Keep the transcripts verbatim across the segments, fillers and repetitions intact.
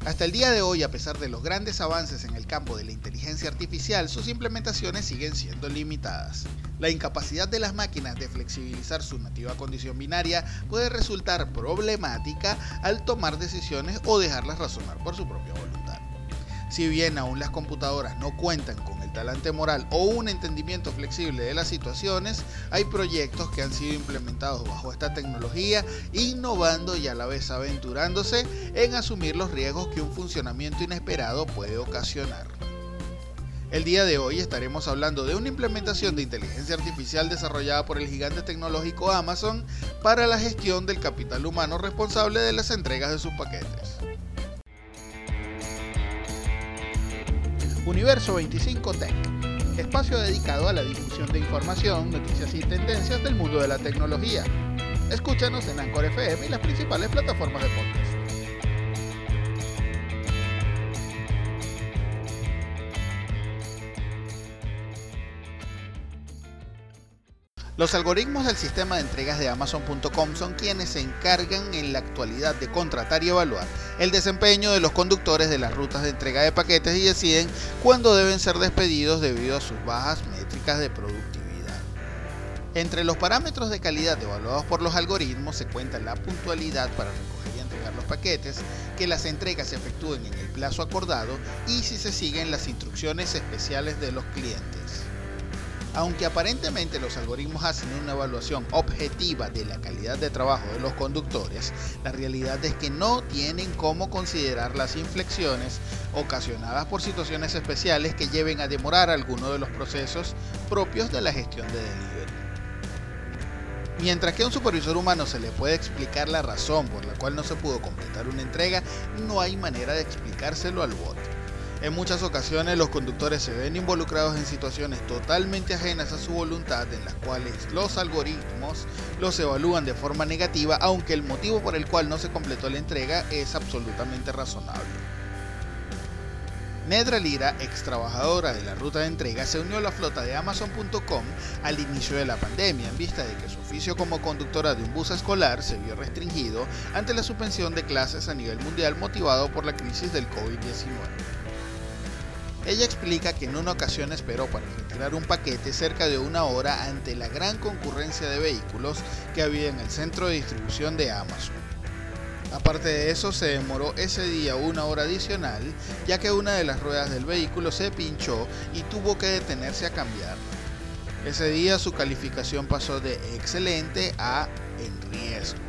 Hasta el día de hoy, a pesar de los grandes avances en el campo de la inteligencia artificial, sus implementaciones siguen siendo limitadas. La incapacidad de las máquinas de flexibilizar su nativa condición binaria puede resultar problemática al tomar decisiones o dejarlas razonar por su propia voluntad. Si bien aún las computadoras no cuentan con el talante moral o un entendimiento flexible de las situaciones, hay proyectos que han sido implementados bajo esta tecnología, innovando y a la vez aventurándose en asumir los riesgos que un funcionamiento inesperado puede ocasionar. El día de hoy estaremos hablando de una implementación de inteligencia artificial desarrollada por el gigante tecnológico Amazon para la gestión del capital humano responsable de las entregas de sus paquetes. Universo veinticinco Tech, espacio dedicado a la difusión de información, noticias y tendencias del mundo de la tecnología. Escúchanos en Anchor F M y las principales plataformas de podcast. Los algoritmos del sistema de entregas de Amazon punto com son quienes se encargan en la actualidad de contratar y evaluar el desempeño de los conductores de las rutas de entrega de paquetes y deciden cuándo deben ser despedidos debido a sus bajas métricas de productividad. Entre los parámetros de calidad evaluados por los algoritmos se cuenta la puntualidad para recoger y entregar los paquetes, que las entregas se efectúen en el plazo acordado y si se siguen las instrucciones especiales de los clientes. Aunque aparentemente los algoritmos hacen una evaluación objetiva de la calidad de trabajo de los conductores, la realidad es que no tienen cómo considerar las inflexiones ocasionadas por situaciones especiales que lleven a demorar alguno de los procesos propios de la gestión de delivery. Mientras que a un supervisor humano se le puede explicar la razón por la cual no se pudo completar una entrega, no hay manera de explicárselo al bot. En muchas ocasiones los conductores se ven involucrados en situaciones totalmente ajenas a su voluntad, en las cuales los algoritmos los evalúan de forma negativa, aunque el motivo por el cual no se completó la entrega es absolutamente razonable. Nedra Lira, ex trabajadora de la ruta de entrega, se unió a la flota de Amazon punto com al inicio de la pandemia, en vista de que su oficio como conductora de un bus escolar se vio restringido ante la suspensión de clases a nivel mundial motivado por la crisis del COVID diecinueve. Ella explica que en una ocasión esperó para retirar un paquete cerca de una hora ante la gran concurrencia de vehículos que había en el centro de distribución de Amazon. Aparte de eso, se demoró ese día una hora adicional, ya que una de las ruedas del vehículo se pinchó y tuvo que detenerse a cambiarla. Ese día su calificación pasó de excelente a en riesgo.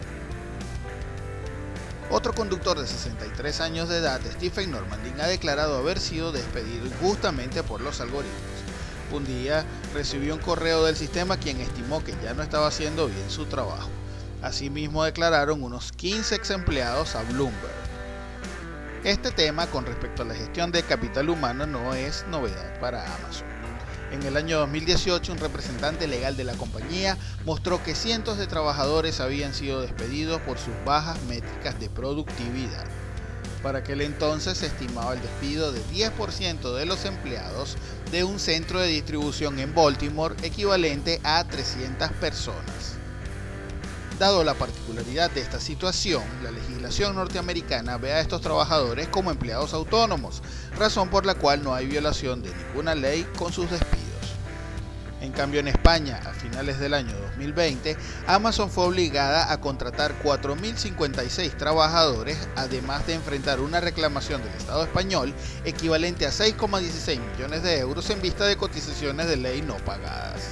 Otro conductor de sesenta y tres años de edad, Stephen Normandin, ha declarado haber sido despedido injustamente por los algoritmos. Un día recibió un correo del sistema quien estimó que ya no estaba haciendo bien su trabajo. Asimismo declararon unos quince ex empleados a Bloomberg. Este tema con respecto a la gestión de capital humano no es novedad para Amazon. En el año dos mil dieciocho, un representante legal de la compañía mostró que cientos de trabajadores habían sido despedidos por sus bajas métricas de productividad. Para aquel entonces se estimaba el despido de diez por ciento de los empleados de un centro de distribución en Baltimore, equivalente a trescientas personas. Dado la particularidad de esta situación, la legislación norteamericana ve a estos trabajadores como empleados autónomos, razón por la cual no hay violación de ninguna ley con sus despidos. En cambio, en España, a finales del año dos mil veinte, Amazon fue obligada a contratar cuatro mil cincuenta y seis trabajadores, además de enfrentar una reclamación del Estado español equivalente a seis coma dieciséis millones de euros en vista de cotizaciones de ley no pagadas.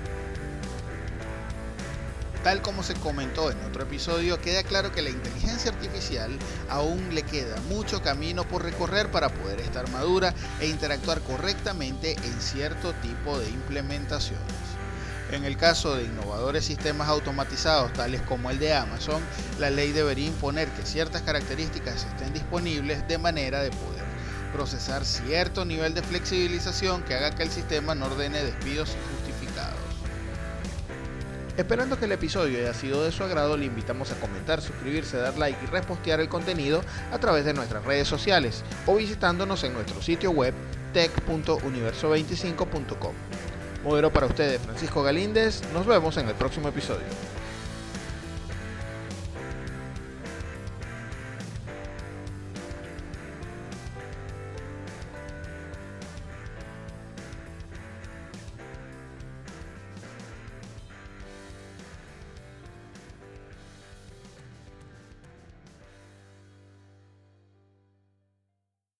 Tal como se comentó en otro episodio, queda claro que la inteligencia artificial aún le queda mucho camino por recorrer para poder estar madura e interactuar correctamente en cierto tipo de implementaciones. En el caso de innovadores sistemas automatizados tales como el de Amazon, la ley debería imponer que ciertas características estén disponibles de manera de poder procesar cierto nivel de flexibilización que haga que el sistema no ordene despidos injustificados. Esperando que el episodio haya sido de su agrado, le invitamos a comentar, suscribirse, dar like y repostear el contenido a través de nuestras redes sociales o visitándonos en nuestro sitio web tech punto universo veinticinco punto com. Modero para ustedes Francisco Galíndez, nos vemos en el próximo episodio.